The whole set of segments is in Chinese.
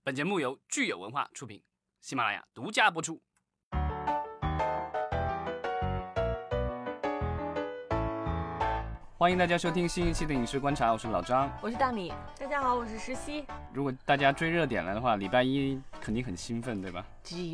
本节目由聚友文化出品，喜马拉雅独家播出。欢迎大家收听新一期的影视观察，我是老张， 我是大米。 大家好，我是石溪。 如果大家追热点来的话，礼拜一肯定很兴奋，对吧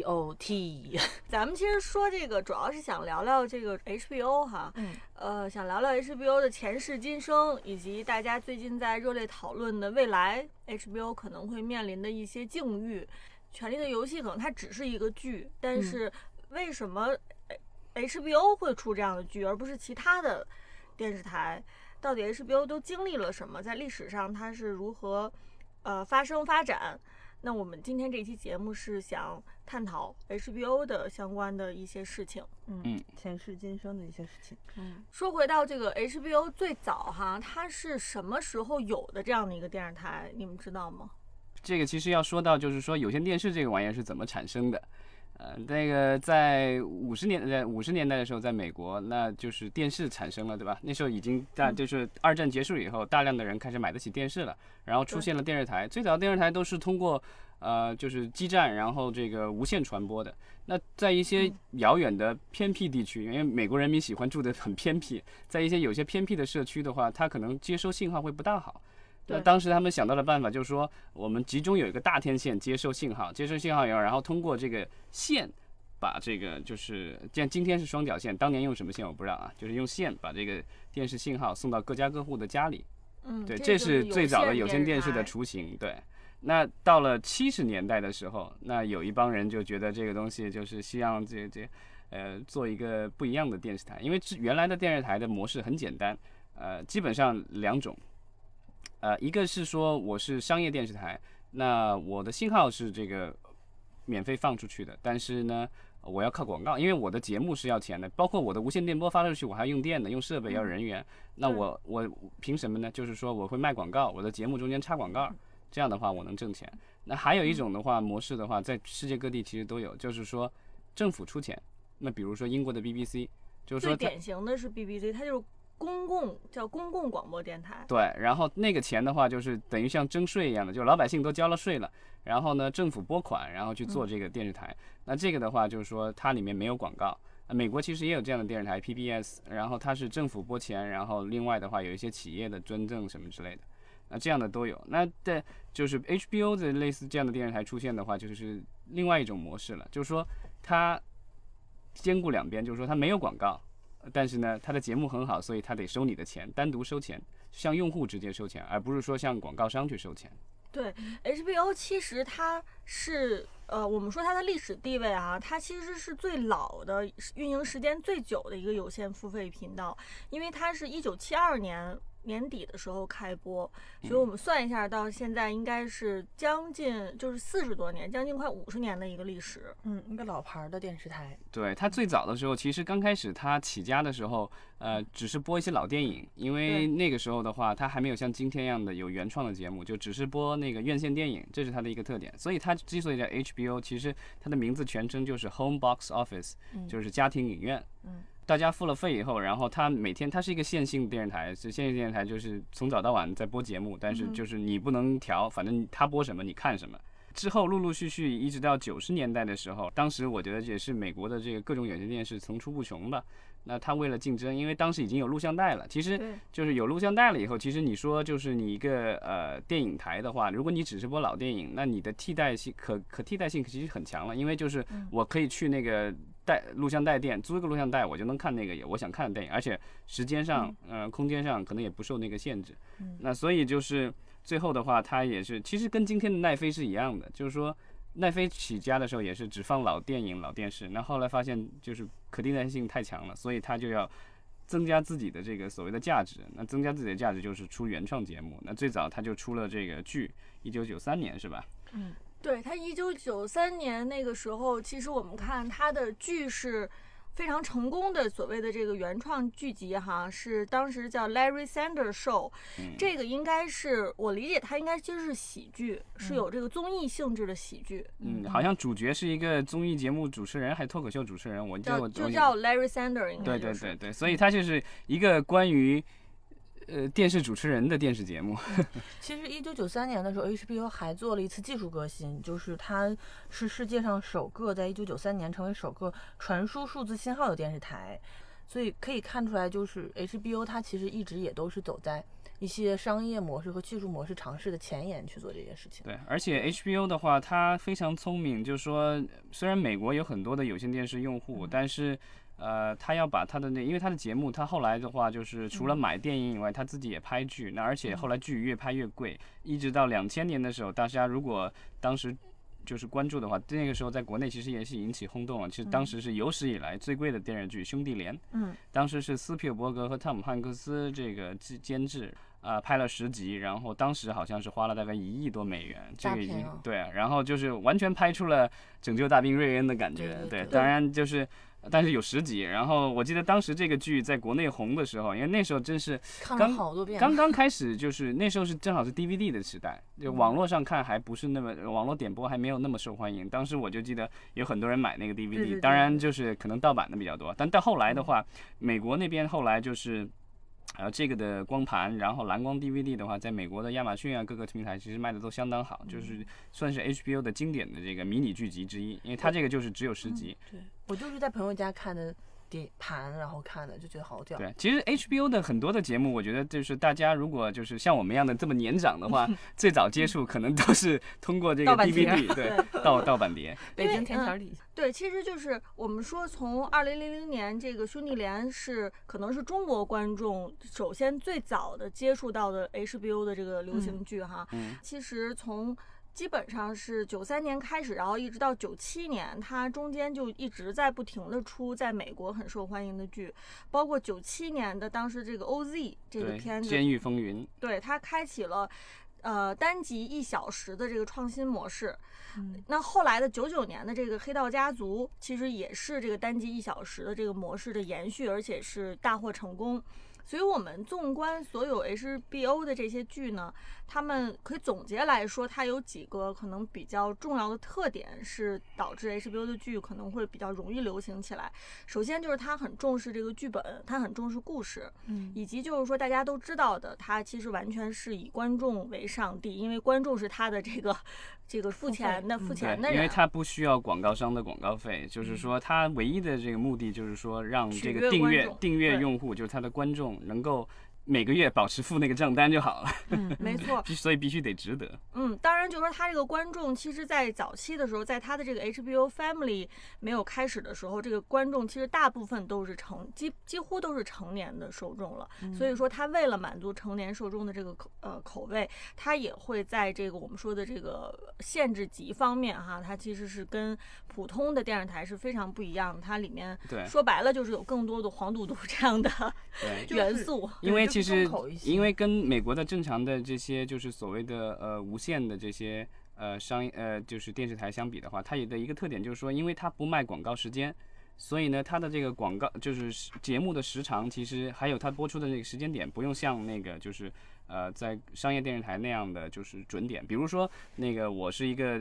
GOT 咱们其实说这个主要是想聊聊这个 HBO 哈，想聊聊 HBO 的前世今生，以及大家最近在热烈讨论的未来 HBO 可能会面临的一些境遇。权力的游戏可能它只是一个剧，但是为什么 HBO 会出这样的剧，而不是其他的电视台？到底 HBO 都经历了什么？在历史上它是如何发生发展？那我们今天这期节目是想探讨 HBO 的相关的一些事情， 前世今生的一些事情。 说回到这个 HBO 最早哈，它是什么时候有的这样的一个电视台？你们知道吗？ 这个其实要说到，就是说有线电视这个玩意儿是怎么产生的。那个在50年代的时候，在美国，那就是电视产生了，对吧？那时候已经就是二战结束以后，大量的人开始买得起电视了，然后出现了电视台。最早电视台都是通过就是基站，然后这个无线传播的。那在一些遥远的偏僻地区，因为美国人民喜欢住得很偏僻，在一些有些偏僻的社区的话，它可能接收信号会不大好。那当时他们想到的办法就是说，我们集中有一个大天线接收信号以后，然后通过这个线把这个就是今天是双绞线，当年用什么线我不知道啊，就是用线把这个电视信号送到各家各户的家里。对，这是最早的有线电视的雏形。对，那到了70年代的时候，那有一帮人就觉得这个东西就是希望做一个不一样的电视台，因为原来的电视台的模式很简单，基本上两种。一个是说我是商业电视台，那我的信号是这个免费放出去的，但是呢我要靠广告，因为我的节目是要钱的，包括我的无线电波发出去我还要用电的，用设备要人员，那我凭什么呢？就是说我会卖广告，我的节目中间插广告，这样的话我能挣钱。那还有一种的话模式的话，在世界各地其实都有，就是说政府出钱。那比如说英国的 BBC， 就是说最典型的是 BBC， 它就是公共广播电台。 对，然后那个钱的话就是等于像征税一样的，就是老百姓都交了税了，然后呢政府拨款，然后去做这个电视台。那这个的话就是说它里面没有广告。美国其实也有这样的电视台 PBS， 然后它是政府拨钱，然后另外的话有一些企业的捐赠什么之类的，那这样的都有。那就是 HBO 的类似这样的电视台出现的话，就是另外一种模式了，就是说它兼顾两边，就是说它没有广告，但是呢，它的节目很好，所以它得收你的钱，单独收钱，向用户直接收钱，而不是说向广告商去收钱。 对 HBO 其实它是我们说它的历史地位啊，它其实是最老的、运营时间最久的一个有线付费频道，因为它是1972年年底的时候开播，所以我们算一下，到现在应该是将近就是40多年，将近快50年的一个历史。 一个老牌的电视台。 对，它最早的时候，其实刚开始它起家的时候，只是播一些老电影，因为那个时候的话，它还没有像今天一样的有原创的节目，就只是播那个院线电影，这是它的一个特点。所以它之所以叫 HBO， 其实它的名字全称就是 Home Box Office，就是家庭影院。大家付了费以后，然后它每天它是一个线性电视台，是线性电视台，就是从早到晚在播节目，但是就是你不能调，反正它播什么你看什么。之后陆陆续续一直到90年代的时候，当时我觉得也是美国的这个各种有线电视层出不穷吧。那它为了竞争，因为当时已经有录像带了，其实就是有录像带了以后，其实你说就是你一个电影台的话，如果你只是播老电影，那你的替代性可替代性其实很强了，因为就是我可以去那个录像带店租一个录像带，我就能看那个我想看的电影，而且时间上空间上可能也不受那个限制。那所以就是最后的话，它也是其实跟今天的奈飞是一样的，就是说奈飞起家的时候也是只放老电影老电视，那后来发现就是可替代性太强了，所以它就要增加自己的这个所谓的价值。那增加自己的价值就是出原创节目。那最早它就出了这个剧，1993年是吧？ 对，它1993年那个时候，其实我们看它的剧是非常成功的，所谓的这个原创剧集哈，是当时叫 Larry Sanders Show，这个应该是我理解它应该就是喜剧，是有这个综艺性质的喜剧。 好像主角是一个综艺节目主持人还是脱口秀主持人， 就叫 Larry Sanders， 应该对，所以它就是一个关于电视主持人的电视节目。 其实1993年的时候 HBO 还做了一次技术革新，就是它是世界上首个在1993年成为首个传输数字信号的电视台，所以可以看出来，就是 HBO 它其实一直也都是走在一些商业模式和技术模式尝试的前沿去做这些事情。 对，而且 HBO 的话，它非常聪明，就是说，虽然美国有很多的有线电视用户，但是他要把他的因为他的节目，他后来的话就是除了买电影以外，他自己也拍剧，那而且后来剧越拍越贵，一直到2000年的时候，大家如果当时就是关注的话，那个时候在国内其实也是引起轰动了。其实当时是有史以来最贵的电视剧《兄弟连》，当时是斯皮尔伯格和汤姆汉克斯这个监制。拍了10集，然后当时好像是花了大概1亿多美元，这个已经对，然后就是完全拍出了拯救大兵瑞恩的感觉，对，当然就是，但是有10集，然后我记得当时这个剧在国内红的时候，因为那时候真是看了好多遍， 刚刚开始，就是那时候是正好是 DVD 的时代，就网络上看还不是那么，网络点播还没有那么受欢迎，当时我就记得有很多人买那个 DVD， 当然就是可能盗版的比较多，但到后来的话，美国那边后来就是。这个的光盘，然后蓝光 DVD 的话，在美国的亚马逊啊各个平台其实卖的都相当好，就是算是 HBO 的经典的这个迷你剧集之一，因为它这个就是只有10集。 对，我就是在朋友家看的碟盘，然后看的就觉得好屌。 对，其实 HBO 的很多的节目，我觉得就是大家如果就是像我们一样的这么年长的话，最早接触可能都是通过这个 DVD， 对，盗版碟。 北京天桥底下。 对，其实就是我们说从2000年这个兄弟连是可能是中国观众首先最早的接触到的 HBO 的这个流行剧哈。其实从基本上是93年开始，然后一直到97年，它中间就一直在不停的出在美国很受欢迎的剧，包括97年的当时这个 OZ 这个片子， 监狱风云， 对，它开启了单集1小时的这个创新模式。那后来的99年的这个黑道家族，其实也是这个单集1小时的这个模式的延续，而且是大获成功。所以我们纵观所有 HBO 的这些剧呢，他们可以总结来说，它有几个可能比较重要的特点，是导致 HBO 的剧可能会比较容易流行起来。首先就是它很重视这个剧本，它很重视故事，以及就是说大家都知道的，它其实完全是以观众为上帝，因为观众是他的这个付钱的人， 因为他不需要广告商的广告费，就是说他唯一的这个目的就是说让这个订阅用户，就是他的观众能够每个月保持付那个账单就好了。 没错， 所以必须得值得。 当然就是说他这个观众其实在早期的时候，在他的这个 HBO Family 没有开始的时候，这个观众其实大部分都是几乎都是成年的受众了。所以说他为了满足成年受众的这个口味，他也会在这个我们说的这个限制级方面哈，它其实是跟普通的电视台是非常不一样的。它里面说白了就是有更多的黄赌毒这样的元素。 因为其实因为跟美国的正常的这些就是所谓的无线的这些就是电视台相比的话，它有的一个特点就是说，因为它不卖广告时间，所以呢它的这个广告就是节目的时长，其实还有它播出的那个时间点，不用像那个就是在商业电视台那样的就是准点。比如说那个我是一个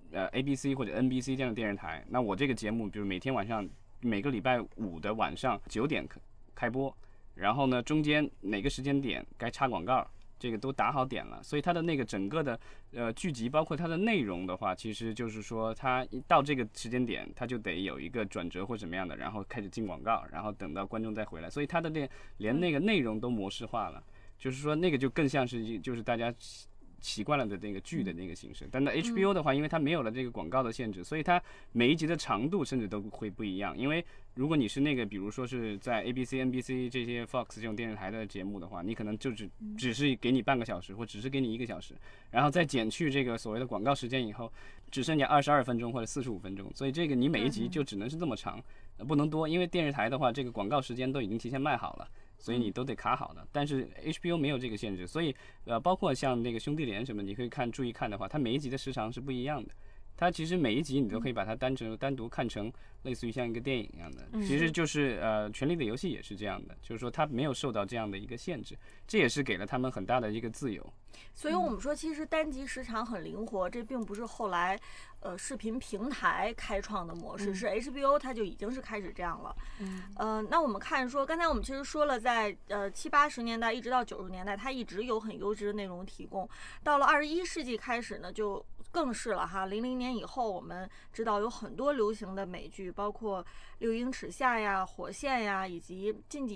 ABC 或者 NBC 这样的电视台，那我这个节目比如每天晚上每个礼拜5的晚上9点开播，然后呢中间哪个时间点该插广告，这个都打好点了，所以它的那个整个的剧集包括它的内容的话，其实就是说它一到这个时间点它就得有一个转折或怎么样的，然后开始进广告，然后等到观众再回来，所以它的连那个内容都模式化了，就是说那个就更像是就是大家习惯了的那个剧的那个形式。但在 HBO 的话，因为它没有了这个广告的限制，所以它每一集的长度甚至都会不一样。因为如果你是那个比如说是在 ABC、NBC 这些 Fox 这种电视台的节目的话，你可能就只是给你半个小时，或只是给你1个小时，然后再减去这个所谓的广告时间以后，只剩下22分钟或者45分钟，所以这个你每一集就只能是这么长，不能多。因为电视台的话，这个广告时间都已经提前卖好了，所以你都得卡好的。但是 HBO 没有这个限制，所以包括像那个兄弟连什么，你可以注意看的话，它每一集的时长是不一样的。 它其实每一集你都可以把它单独看成类似于像一个电影一样的，其实就是权力的游戏也是这样的，就是说它没有受到这样的一个限制，这也是给了他们很大的一个自由。 所以我们说，其实单集时长很灵活，这并不是后来视频平台开创的模式，是 HBO 它就已经是开始这样了。那我们看说，刚才我们其实说了，在70、80年代一直到90年代，它一直有很优质的内容提供。到了21世纪开始呢，就更是了哈。00年以后，我们知道有很多流行的美剧，包括《6英尺下》呀、《火线》呀，以及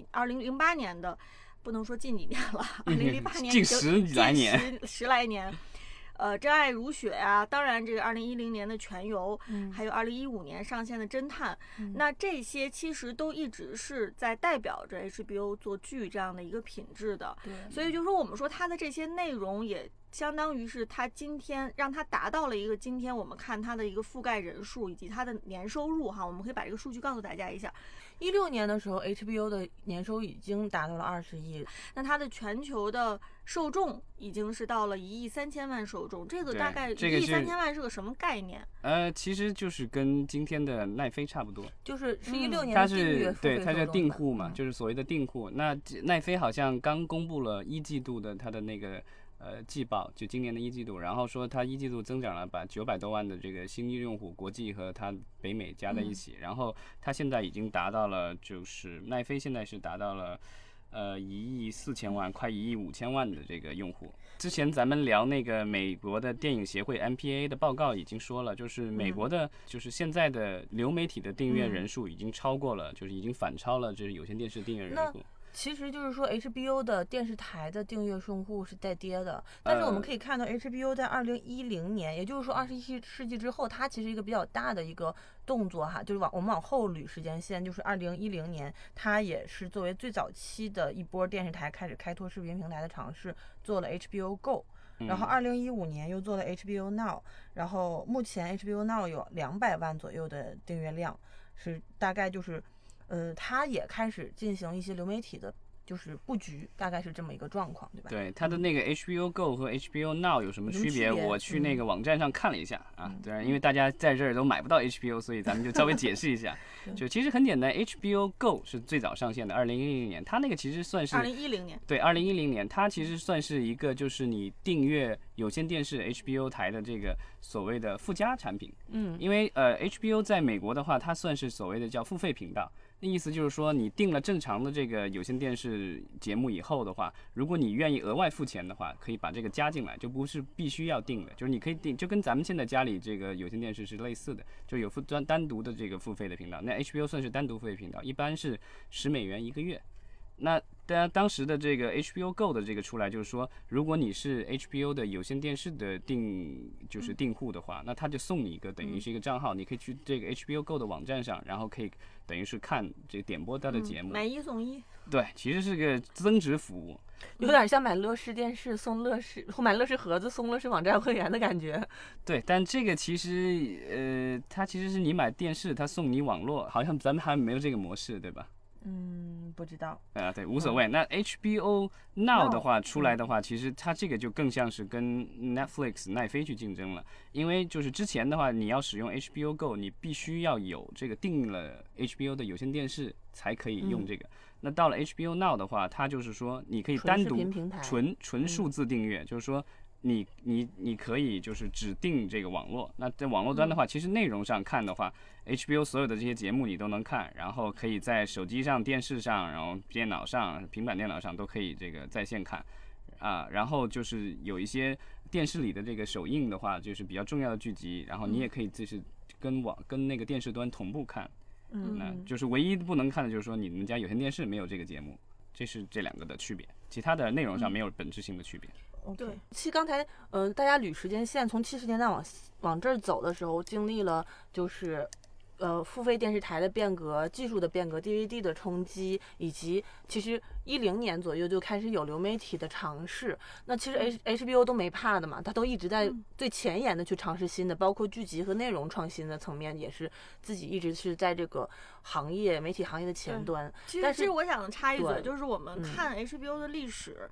2008年的。不能说近几年了，2008年近10来年， 十来年，真爱如雪呀，当然这个2010年的全游，还有2015年上线的侦探，那这些其实都一直是在代表着 HBO 做剧这样的一个品质的，所以就说我们说它的这些内容也相当于是它今天让它达到了一个今天我们看它的一个覆盖人数以及它的年收入哈，我们可以把这个数据告诉大家一下。 16年的时候 HBO 的年收已经达到了20亿， 那它的全球的受众已经是到了1亿3千万受众，这个大概1亿3千万是个什么概念？ 其实就是跟今天的奈飞差不多， 就是16年的订阅付费对，它是订户嘛，就是所谓的订户。那奈飞好像刚公布了1季度的它的那个季报，就今年的1季度，然后说它1季度增长了把900多万的这个新用户，国际和它北美加在一起，然后它现在已经达到了，就是奈飞现在是达到了1亿4千万，快1亿5千万的这个用户。之前咱们聊那个美国的电影协会 MPAA 的报告已经说了，就是美国的，就是现在的流媒体的订阅人数已经超过了，就是已经反超了这是有线电视订阅人数。 其实就是说 HBO 的电视台的订阅用户是在跌的，但是我们可以看到 HBO 在2010年，也就是说21世纪之后，它其实一个比较大的一个动作哈，就是我们往后捋时间线，就是2010年，它也是作为最早期的一波电视台开始开拓视频平台的尝试，做了 HBO Go。然后2015年又做了 HBO Now， 然后目前 HBO Now 有200万左右的订阅量，是大概就是它也开始进行一些流媒体的，就是布局，大概是这么一个状况，对吧？ 对，它的那个 HBO Go 和 HBO Now 有什么区别？我去那个网站上看了一下啊，对，因为大家在这儿都买不到 HBO， 所以咱们就稍微解释一下。就其实很简单 ，HBO Go 是最早上线的，2010年，它那个其实算是 2010年， 对，2010年，它其实算是一个就是你订阅有线电视 HBO 台的这个所谓的附加产品。因为HBO 在美国的话，它算是所谓的叫付费频道。那意思就是说，你订了正常的这个有线电视节目以后的话，如果你愿意额外付钱的话，可以把这个加进来，就不是必须要订的，就是你可以订，就跟咱们现在家里这个有线电视是类似的，就有单独的这个付费的频道。那 HBO 算是单独付费频道，一般是$10一个月。那当时的这个 HBO Go 的这个出来，就是说，如果你是 HBO 的有线电视的订户的话，那他就送你一个等于是一个账号，你可以去这个 HBO Go 的网站上，然后可以等于是看这个点播他的节目， 买1送1。 对，其实是个增值服务， 有点像买乐视电视送乐视，或买乐视盒子送乐视网站会员的感觉。 对，但这个其实它其实是你买电视，它送你网络，好像咱们还没有这个模式，对吧？ 不知道。 对，无所谓。那 HBO Now 的话出来的话，其实它这个就更像是跟 Netflix 奈飞去竞争了，因为就是之前的话，你要使用 HBO Go， 你必须要有这个订了 HBO 的有线电视才可以用这个。那到了 HBO Now 的话，它就是说你可以单独纯数字订阅，就是说你可以就是指定这个网络。那在网络端的话，其实内容上看的话，HBO 所有的这些节目你都能看，然后可以在手机上、电视上，然后电脑上、平板电脑上都可以这个在线看啊。然后就是有一些电视里的这个首映的话，就是比较重要的剧集，然后你也可以就是跟那个电视端同步看。那就是唯一不能看的就是说你们家有线电视没有这个节目，这是这两个的区别，其他的内容上没有本质性的区别。 对，其实刚才大家捋时间线，从70年代往这儿走的时候，经历了就是付费电视台的变革、技术的变革、DVD 的冲击，以及其实10年左右就开始有流媒体的尝试。那其实 HBO 都没怕的嘛，它都一直在最前沿的去尝试新的，包括剧集和内容创新的层面，也是自己一直是在这个媒体行业的前端。 其实我想插一嘴，就是我们看 HBO 的历史。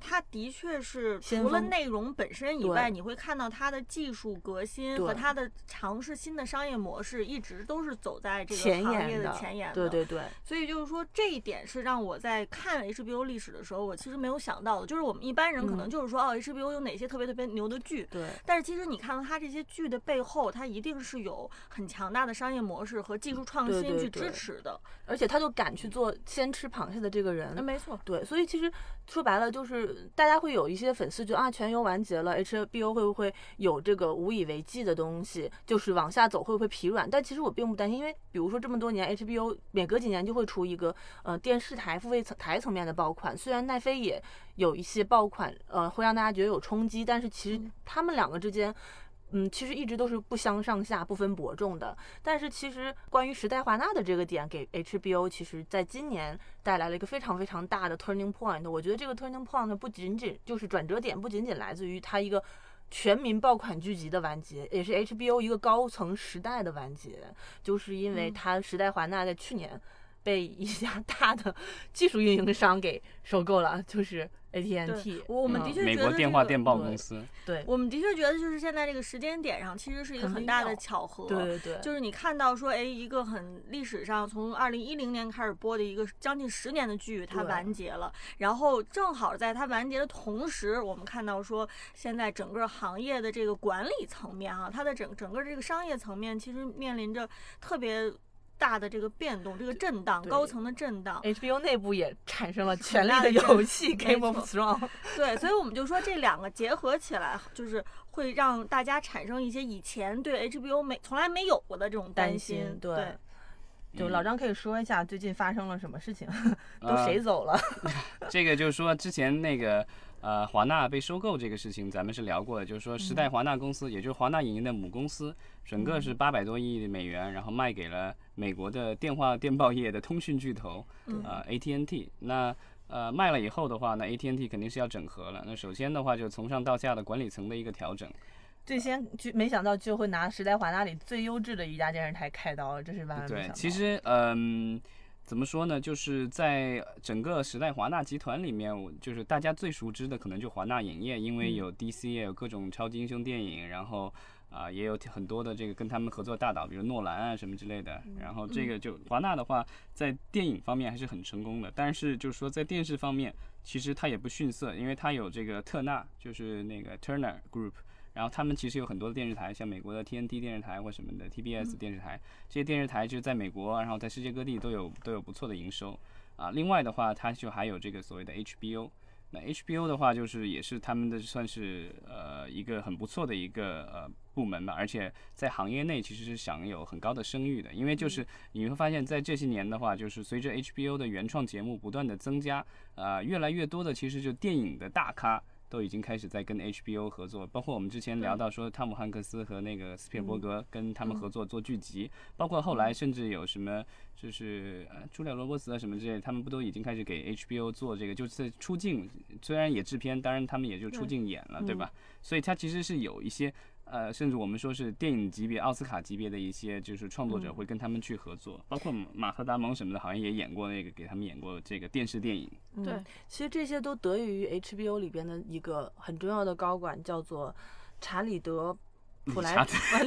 它的确是除了内容本身以外，你会看到它的技术革新和它的尝试新的商业模式，一直都是走在这个行业的前沿的。 对对对。 所以就是说，这一点是让我在看 HBO 历史的时候，我其实没有想到的。就是我们一般人可能就是说，HBO 有哪些特别特别牛的剧， 对。 但是其实你看到它这些剧的背后，它一定是有很强大的商业模式和技术创新去支持的。 而且他就敢去做先吃螃蟹的这个人。 没错。 对，所以其实说白了就是大家会有一些粉丝觉得全游完结了 HBO 会不会有这个无以为继的东西，就是往下走会不会疲软，但其实我并不担心，因为比如说这么多年 HBO 每隔几年就会出一个电视台付费台层面的爆款，虽然奈飞也有一些爆款会让大家觉得有冲击，但是其实他们两个之间其实一直都是不相上下、不分伯仲的。但是其实关于时代华纳的这个点，给 HBO 其实在今年带来了一个非常非常大的 turning point。我觉得这个 turning point 不仅仅就是转折点，不仅仅来自于它一个全民爆款剧集的完结，也是 HBO 一个高层时代的完结，就是因为它时代华纳在去年被一家大的技术运营商给收购了，就是 AT&T。 我们的确觉得美国电话电报公司。 对， 我们的确觉得就是现在这个时间点上，其实是一个很大的巧合。 对对对， 就是你看到说，一个很历史上从2010年开始播的一个将近10年的剧，它完结了。然后正好在它完结的同时，我们看到说，现在整个行业的这个管理层面它的整个这个商业层面，其实面临着特别大的这个变动，这个震荡，高层的震荡。 HBO 内部也产生了权力的游戏 Game of Thrones。 对，所以我们就说这两个结合起来，就是会让大家产生一些以前对 HBO 从来没有过的这种担心。对。 就老张可以说一下最近发生了什么事情，都谁走了？ 这个就是说之前那个华纳被收购这个事情，咱们是聊过的，就是说时代华纳公司，也就是华纳影音的母公司，整个是800多亿美元，然后卖给了美国的电话电报业的通讯巨头AT&T。那卖了以后的话，那 AT&T 肯定是要整合了。那首先的话，就从上到下的管理层的一个调整。 最先没想到就会拿时代华纳里最优质的一家电视台开刀，这是万万没想到。 对，其实怎么说呢？就是在整个时代华纳集团里面，就是大家最熟知的可能就华纳影业，因为有 DC 也有各种超级英雄电影，然后也有很多的这个跟他们合作大导，比如诺兰啊什么之类的。然后这个就华纳的话，在电影方面还是很成功的，但是就是说在电视方面，其实它也不逊色，因为它有这个特纳，就是那个 Turner Group。然后他们其实有很多的电视台，像美国的 TNT 电视台或什么的 TBS 电视台，这些电视台就是在美国，然后在世界各地都有不错的营收另外的话，它就还有这个所谓的 HBO。那 HBO 的话，就是也是他们的算是一个很不错的一个部门吧，而且在行业内其实是享有很高的声誉的，因为就是你会发现在这些年的话，就是随着 HBO 的原创节目不断的增加，越来越多的其实就电影的大咖都已经开始在跟 HBO 合作，包括我们之前聊到说汤姆汉克斯和那个斯皮尔伯格跟他们合作做剧集，包括后来甚至有什么就是茱莉亚·罗伯茨啊什么之类的，他们不都已经开始给 HBO 做这个，就是出镜，虽然也制片，当然他们也就出镜演了，对吧？所以它其实是有一些甚至我们说是电影级别、奥斯卡级别的一些就是创作者会跟他们去合作，包括马特·达蒙什么的，好像也演过那个，给他们演过这个电视电影。 对， 其实这些都得益于 HBO 里边的一个很重要的高管，叫做查理德普莱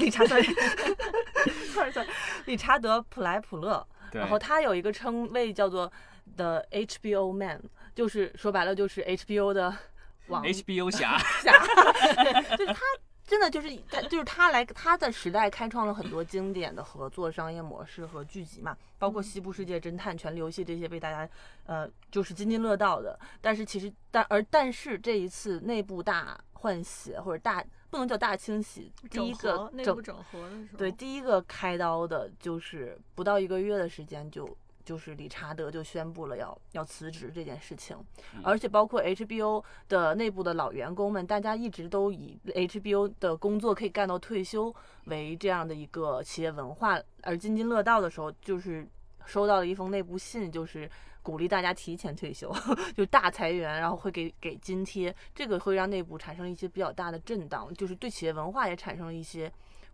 理查德普莱普勒。然后他有一个称谓叫做 The HBO Man， 就是说白了就是 HBO 的王 HBO 侠就是他真的就是他的时代开创了很多经典的合作商业模式和剧集嘛，包括西部世界侦探、权力游戏这些被大家就是津津乐道的。但是其实但是这一次内部大换血或者不能叫大清洗，第一个内部整合的时候， 对，第一个开刀的就是不到1个月的时间就是理查德就宣布了要辞职这件事情，而且包括 HBO 的内部的老员工们，大家一直都以 HBO 的工作可以干到退休为这样的一个企业文化而津津乐道的时候，就是收到了一封内部信，就是鼓励大家提前退休，就大裁员，然后会给津贴，这个会让内部产生一些比较大的震荡，就是对企业文化也产生了一些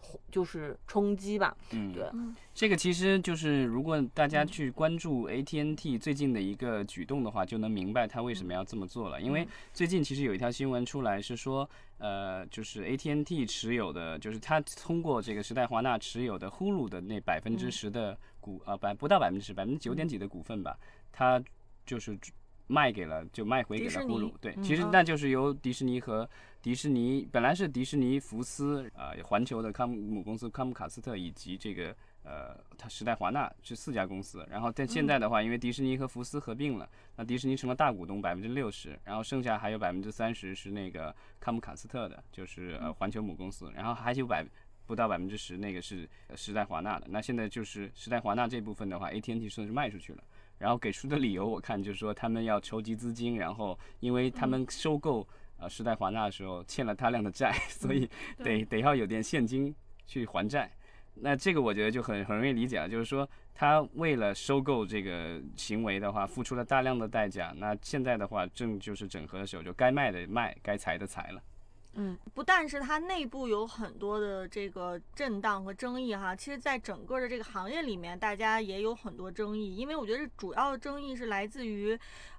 就是冲击吧。对， 这个其实就是如果大家去关注 AT&T 最近的一个举动的话，就能明白他为什么要这么做了。因为最近其实有一条新闻出来是说，就是 AT&T 持有的，就是他通过这个时代华纳持有的 Hulu 的那10%的股，不到10%，9%点几的股份吧，他就是卖回给了 Hulu。对，其实那就是由迪士尼和本来是迪士尼、福斯环球的母公司康姆卡斯特以及这个它时代华纳是4家公司。然后但现在的话，因为迪士尼和福斯合并了，那迪士尼成了大股东60%，然后剩下还有30%是那个康姆卡斯特的，就是环球母公司，然后还有不到10%那个是时代华纳的。那现在就是时代华纳这部分的话 ，AT&T 算是卖出去了。然后给出的理由我看就是说他们要筹集资金，然后因为他们收购时代华纳的时候欠了大量的债，所以得要有点现金去还债。那这个我觉得就很容易理解了，就是说他为了收购这个行为的话，付出了大量的代价。那现在的话，正就是整合的时候，就该卖的卖，该裁的裁了。 不但是它内部有很多的这个震荡和争议哈，其实在整个的这个行业里面，大家也有很多争议。因为我觉得主要的争议是来自于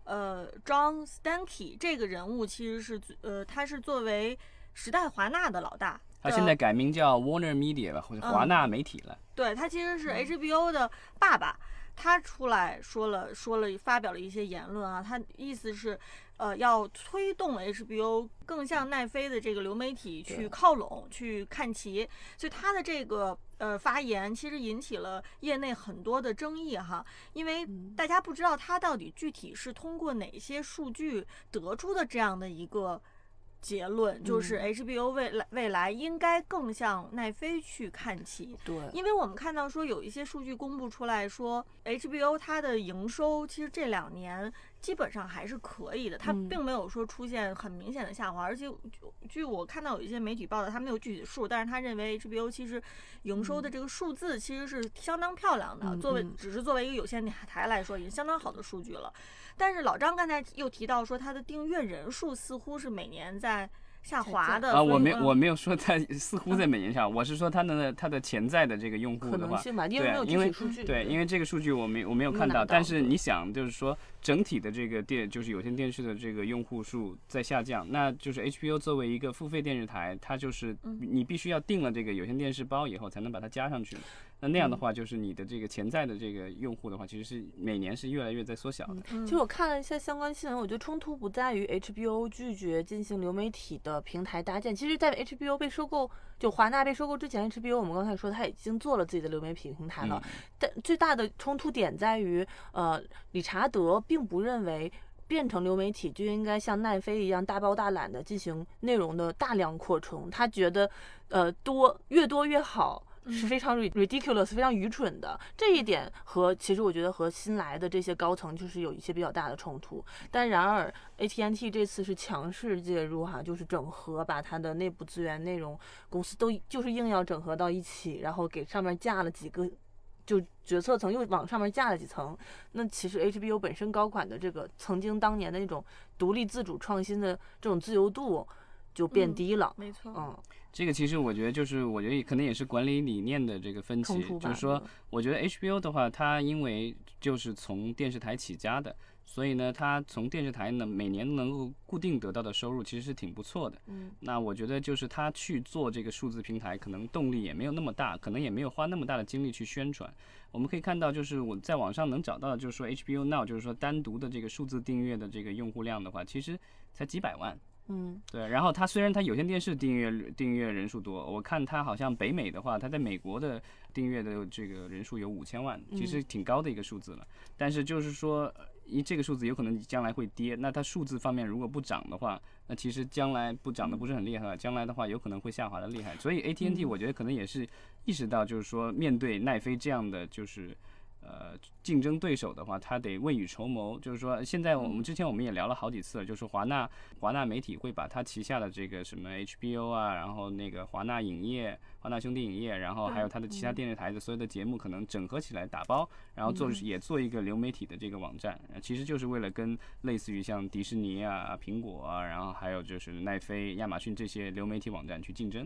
John Stankey 这个人物，其实是他是作为时代华纳的老大， 他现在改名叫 Warner Media 了，或者华纳媒体了。 对，他其实是 HBO 的爸爸。他出来说了，发表了一些言论啊，他意思是，要推动 HBO 更向奈飞的这个流媒体去靠拢，去看齐。所以他的这个发言其实引起了业内很多的争议哈，因为大家不知道他到底具体是通过哪些数据得出的这样的一个结论，就是 HBO 未来应该更向奈飞去看齐。 对， 因为我们看到说有一些数据公布出来说 HBO 它的营收其实这2年基本上还是可以的，它并没有说出现很明显的下滑，而且据我看到有一些媒体报道，它没有具体的数，但是他认为 HBO 其实营收的这个数字其实是相当漂亮的，只是作为一个有线台来说，已经相当好的数据了。但是老张刚才又提到说，他的订阅人数似乎是每年在下滑的我没有说它似乎在每年下滑，我是说它的潜在的这个用户的话， 因为数据， 因为这个数据我没有看到，但是你想就是说整体的这个就是有线电视的这个用户数在下降，那就是 HBO 作为一个付费电视台，它就是你必须要订了这个有线电视包以后才能把它加上去。那样的话，就是你的这个潜在的这个用户的话，其实是每年是越来越在缩小的。 其实我看了一下相关新闻，我觉得冲突不在于 HBO 拒绝进行流媒体的平台搭建。其实，在 HBO 被收购，就华纳被收购之前 ，HBO 我们刚才说它已经做了自己的流媒体平台了。但最大的冲突点在于，理查德并不认为变成流媒体就应该像奈飞一样大包大揽的进行内容的大量扩充。他觉得，越多越好。是非常 ridiculous 非常愚蠢的。这一点其实我觉得和新来的这些高层就是有一些比较大的冲突。但然而 AT&T 这次是强势介入哈，就是整合，把它的内部资源内容公司都就是硬要整合到一起，然后给上面架了几个就决策层，又往上面架了几层。那其实 HBO 本身高管的这个曾经当年的那种独立自主创新的这种自由度就变低了。 没错。 这个其实我觉得可能也是管理理念的这个分歧，就是说，我觉得 HBO 的话，它因为就是从电视台起家的，所以呢，它从电视台呢每年能够固定得到的收入其实是挺不错的。那我觉得就是它去做这个数字平台，可能动力也没有那么大，可能也没有花那么大的精力去宣传。我们可以看到，就是我在网上能找到的，就是说 HBO Now， 就是说单独的这个数字订阅的这个用户量的话，其实才几百万。对，然后它虽然它有线电视订阅人数多，我看它好像北美的话，它在美国的订阅的这个人数有5000万，其实挺高的一个数字了。但是就是说，这个数字有可能将来会跌，那它数字方面如果不涨的话，那其实将来不涨的不是很厉害，将来的话有可能会下滑的厉害。所以 AT&T 我觉得可能也是意识到，就是说面对奈飞这样的就是竞争对手的话，他得未雨绸缪。就是说，现在之前我们也聊了好几次了，就是华纳媒体会把他旗下的这个什么 HBO 啊，然后那个华纳兄弟影业，然后还有他的其他电视台的所有的节目，可能整合起来打包，然后也做一个流媒体的这个网站，其实就是为了跟类似于像迪士尼啊、苹果啊，然后还有就是奈飞、亚马逊这些流媒体网站去竞争。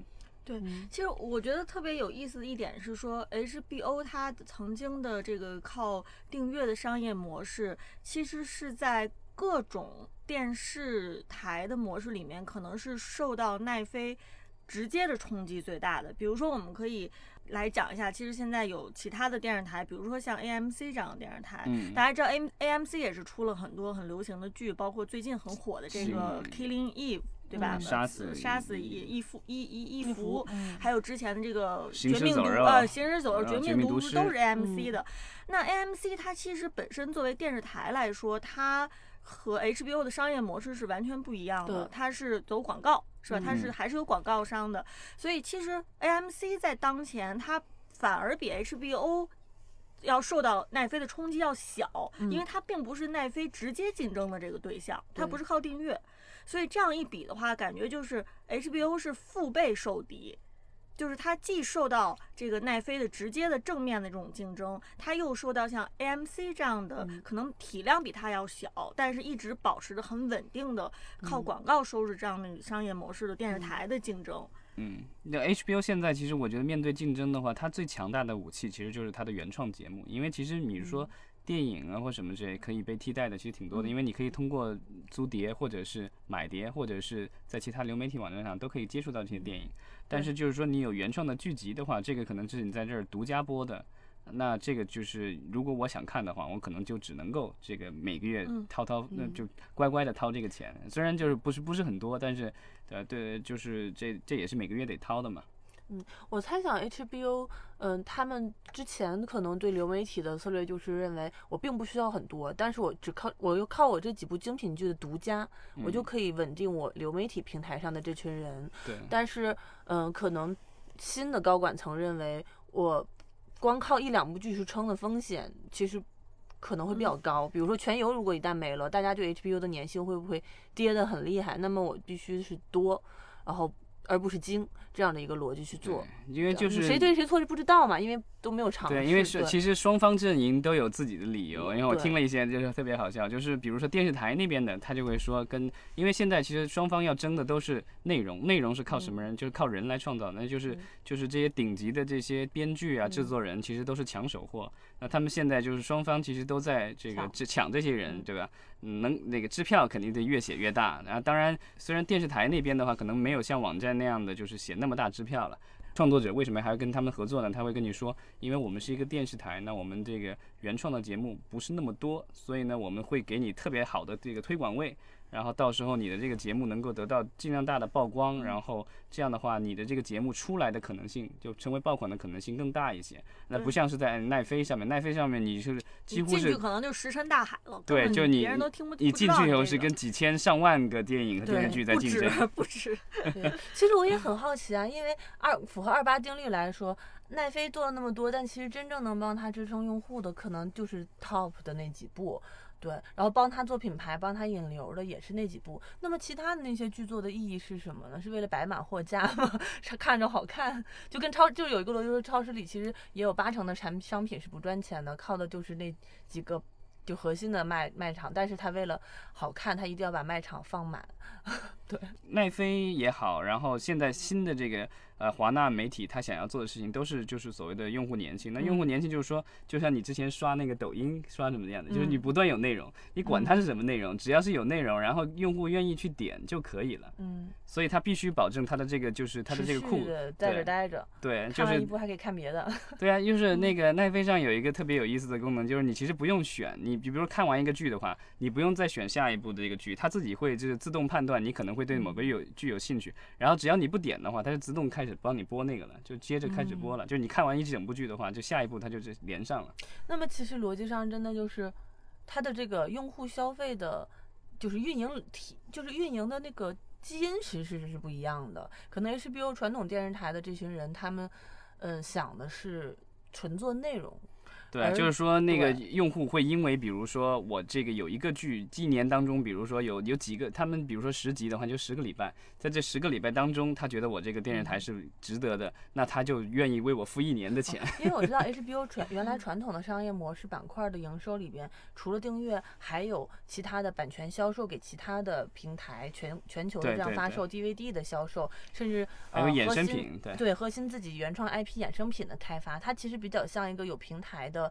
对，其实我觉得特别有意思的一点是说 HBO 它曾经的这个靠订阅的商业模式，其实是在各种电视台的模式里面，可能是受到奈飞直接的冲击最大的。比如说我们可以来讲一下，其实现在有其他的电视台，比如说像 AMC 这样的电视台，大家知道 AMC 也是出了很多很流行的剧，包括最近很火的这个 Killing Eve，对吧？ 杀死伊芙，还有之前的这个行尸走肉， 绝命毒师都是 AMC 的。那 AMC 它其实本身作为电视台来说，它和 HBO 的商业模式是完全不一样的，它是走广告，是吧？它是还是有广告商的，所以其实 AMC 在当前它反而比 HBO要受到奈飞的冲击要小，因为它并不是奈飞直接竞争的这个对象，它不是靠订阅，所以这样一比的话，感觉就是 HBO 是腹背受敌。就是它既受到这个奈飞的直接的正面的这种竞争，它又受到像 AMC 这样的可能体量比它要小，但是一直保持着很稳定的靠广告收入这样的商业模式的电视台的竞争。 那 HBO 现在其实我觉得面对竞争的话，它最强大的武器其实就是它的原创节目，因为其实比如说电影啊或什么之类可以被替代的其实挺多的，因为你可以通过租碟或者是买碟，或者是在其他流媒体网站上都可以接触到这些电影。但是就是说你有原创的剧集的话，这个可能是你在这儿独家播的，那这个就是如果我想看的话，我可能就只能够这个每个月掏，那就乖乖的掏这个钱，虽然就是不是很多，但是对，就是这也是每个月得掏的嘛。 我猜想 HBO，他们之前可能对流媒体的策略就是认为我并不需要很多，但是我又靠我这几部精品剧的独家，我就可以稳定我流媒体平台上的这群人。 对。 但是，可能新的高管层认为我光靠1-2部剧去撑的风险，其实可能会比较高。比如说全游如果一旦没了，大家对 HBO 的粘性会不会跌得很厉害？那么我必须是多，然后而不是精这样的一个逻辑去做， 因为就是谁对谁错是不知道嘛，因为都没有尝试。 对，因为其实双方阵营都有自己的理由。因为我听了一些，就是特别好笑，就是比如说电视台那边的，他就会说因为现在其实双方要争的都是内容是靠什么人，就是靠人来创造的，那就是这些顶级的这些编剧啊、制作人，其实都是抢手货。那他们现在就是双方其实都在这个抢这些人，对吧？那个支票肯定得越写越大。然后当然，虽然电视台那边的话可能没有像网站那样的就是写那么大支票了。创作者为什么还要跟他们合作呢？他会跟你说，因为我们是一个电视台，那我们这个原创的节目不是那么多，所以呢，我们会给你特别好的这个推广位，然后到时候你的这个节目能够得到尽量大的曝光，然后这样的话，你的这个节目出来的可能性就成为爆款的可能性更大一些。那不像是在奈飞上面，你是几乎是进去可能就石沉大海了。 对，就你别人都听不你进去以后是跟几千上万个电影和电视剧在竞争， 不止。 对，其实我也很好奇啊，因为符合28定律来说，奈飞做了那么多，但其实真正能帮他支撑用户的，可能就是 top 的那几部。对，然后帮他做品牌、帮他引流的也是那几部。那么其他的那些剧作的意义是什么呢？是为了摆满货架吗？看着好看，就跟就有一个逻辑说，超市里其实也有80%的商品是不赚钱的，靠的就是那几个就核心的卖场，但是他为了好看，他一定要把卖场放满。对， 奈飞也好，然后现在新的这个华纳媒体，他想要做的事情都是就是所谓的用户粘性。那用户粘性就是说，就像你之前刷那个抖音刷什么样的，就是你不断有内容，你管它是什么内容，只要是有内容，然后用户愿意去点就可以了。所以他必须保证他的这个就是他的这个库在这待着， 对， 看完一部还可以看别的。 对啊，就是那个奈飞上有一个特别有意思的功能，就是你其实不用选，你比如说看完一个剧的话，你不用再选下一部的这个剧，它自己会就是自动判断你可能会对某个剧有兴趣，然后只要你不点的话，它就自动开始帮你播那个了，就接着开始播了。就是你看完一整部剧的话，就下一部它就是连上了。 那么其实逻辑上真的就是它的这个用户消费的，就是运营的那个基因其实是不一样的。可能 HBO 传统电视台的这群人，他们想的是纯做内容， 对，就是说那个用户会因为比如说我这个有一个剧一年当中，比如说有几个他们比如说10集的话就10个礼拜，在这10个礼拜当中他觉得我这个电视台是值得的，那他就愿意为我付1年的钱。 因为我知道 HBO 原来传统的商业模式板块的营收里边，除了订阅还有其他的版权销售给其他的平台，全球的这样发售 DVD 的销售，甚至还有衍生品， 对核心自己原创 IP 衍生品的开发，它其实比较像一个有平台的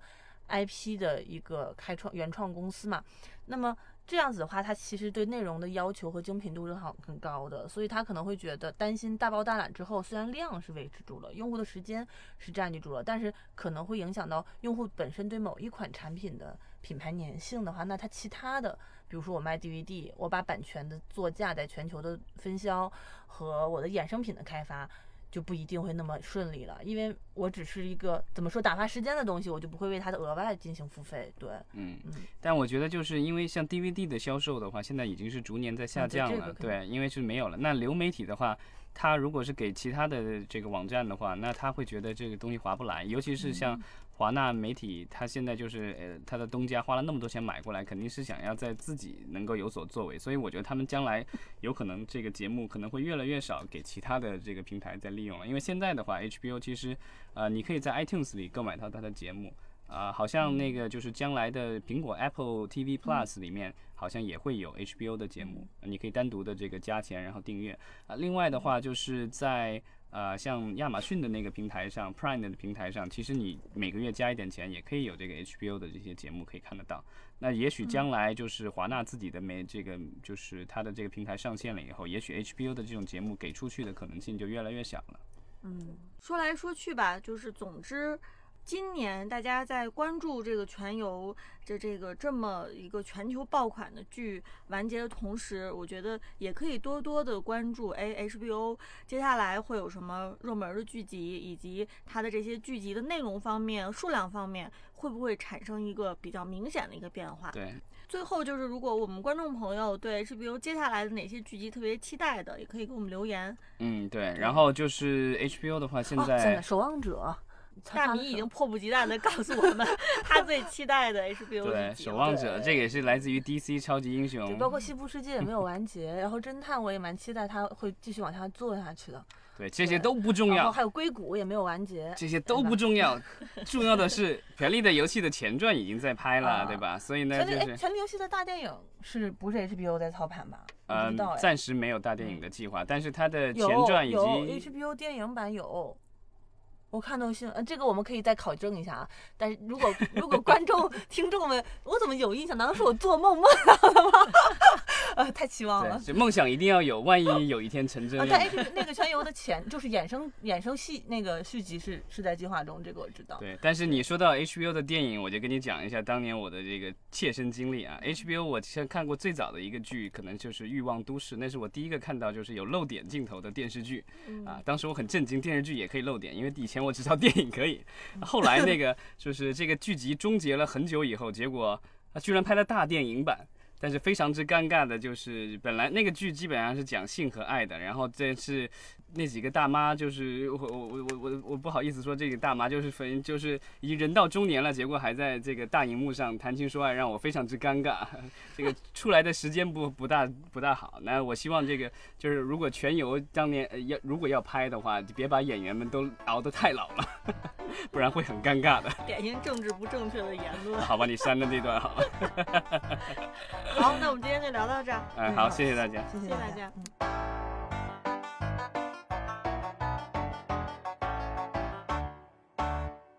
IP 的一个原创公司嘛。那么这样子的话，它其实对内容的要求和精品度是很高的，所以他可能会觉得担心大包大揽之后，虽然量是维持住了，用户的时间是占据住了，但是可能会影响到用户本身对某一款产品的品牌粘性的话，那它其他的比如说我卖 DVD， 我把版权的作价在全球的分销和我的衍生品的开发就不一定会那么顺利了，因为我只是一个怎么说打发时间的东西，我就不会为它的额外进行付费。对， 但我觉得就是因为像 DVD 的销售的话，现在已经是逐年在下降了，对，因为是没有了。那流媒体的话，它如果是给其他的这个网站的话，那他会觉得这个东西划不来，尤其是像华纳媒体，他现在就是他的东家花了那么多钱买过来，肯定是想要在自己能够有所作为，所以我觉得他们将来有可能这个节目可能会越来越少给其他的这个平台在利用了，因为现在的话 HBO 其实你可以在 iTunes 里购买到它的节目好像那个就是将来的苹果 Apple TV Plus 里面好像也会有 HBO 的节目，你可以单独的这个加钱然后订阅另外的话就是在像亚马逊的那个平台上 Prime 的平台上，其实你每个月加一点钱也可以有这个 HBO 的这些节目可以看得到。那也许将来就是华纳自己的这个就是它的这个平台上线了以后，也许 HBO 的这种节目给出去的可能性就越来越小了。 说来说去吧，就是总之今年大家在关注这个全游这么一个全球爆款的剧完结的同时，我觉得也可以多多的关注HBO 接下来会有什么热门的剧集，以及它的这些剧集的内容方面、数量方面会不会产生一个比较明显的一个变化。 对， 最后就是如果我们观众朋友对 HBO 接下来的哪些剧集特别期待的，也可以给我们留言。 对，然后就是 HBO 的话现在守望者大米已经迫不及待地告诉我们他最期待的 HBO 对守望者，这个也是来自于 DC 超级英雄， 包括西部世界也没有完结然后侦探我也蛮期待他会继续往下做下去的。 对，这些都不重要。 然后还有硅谷也没有完结， 这些都不重要，重要的是《权力的游戏》的前传已经在拍了，对吧？所以呢，就是 《权力游戏》的大电影是不是 HBO 在操盘吧？ 暂时没有大电影的计划，但是它的前传以及有 HBO 电影版有。我看到这个我们可以再考证一下啊。但是如果观众听众们，我怎么有印象？难道是我做梦到的吗？太期望了。 梦想一定要有，万一有一天成真了。 但那个全游的就是衍生戏那个续集是在计划中，这个我知道。 对，但是你说到 HBO 的电影，我就跟你讲一下当年我的这个切身经历啊。HBO 我其实看过最早的一个剧，可能就是《欲望都市》，那是我第一个看到就是有露点镜头的电视剧当时我很震惊，电视剧也可以露点，因为以前我只知道电影可以。后来那个就是这个剧集终结了很久以后，结果他居然拍了大电影版。但是非常之尴尬的就是，本来那个剧基本上是讲性和爱的，然后这是那几个大妈，就是我不好意思说这个大妈就是已经人到中年了，结果还在这个大荧幕上谈情说爱，让我非常之尴尬。这个出来的时间不大好。那我希望这个就是如果全游当年如果要拍的话，别把演员们都熬得太老了，不然会很尴尬的。 典型政治不正确的言论。 好吧，你删了这段好了。 好，那我们今天就聊到这儿。 好，谢谢大家， 谢谢大家。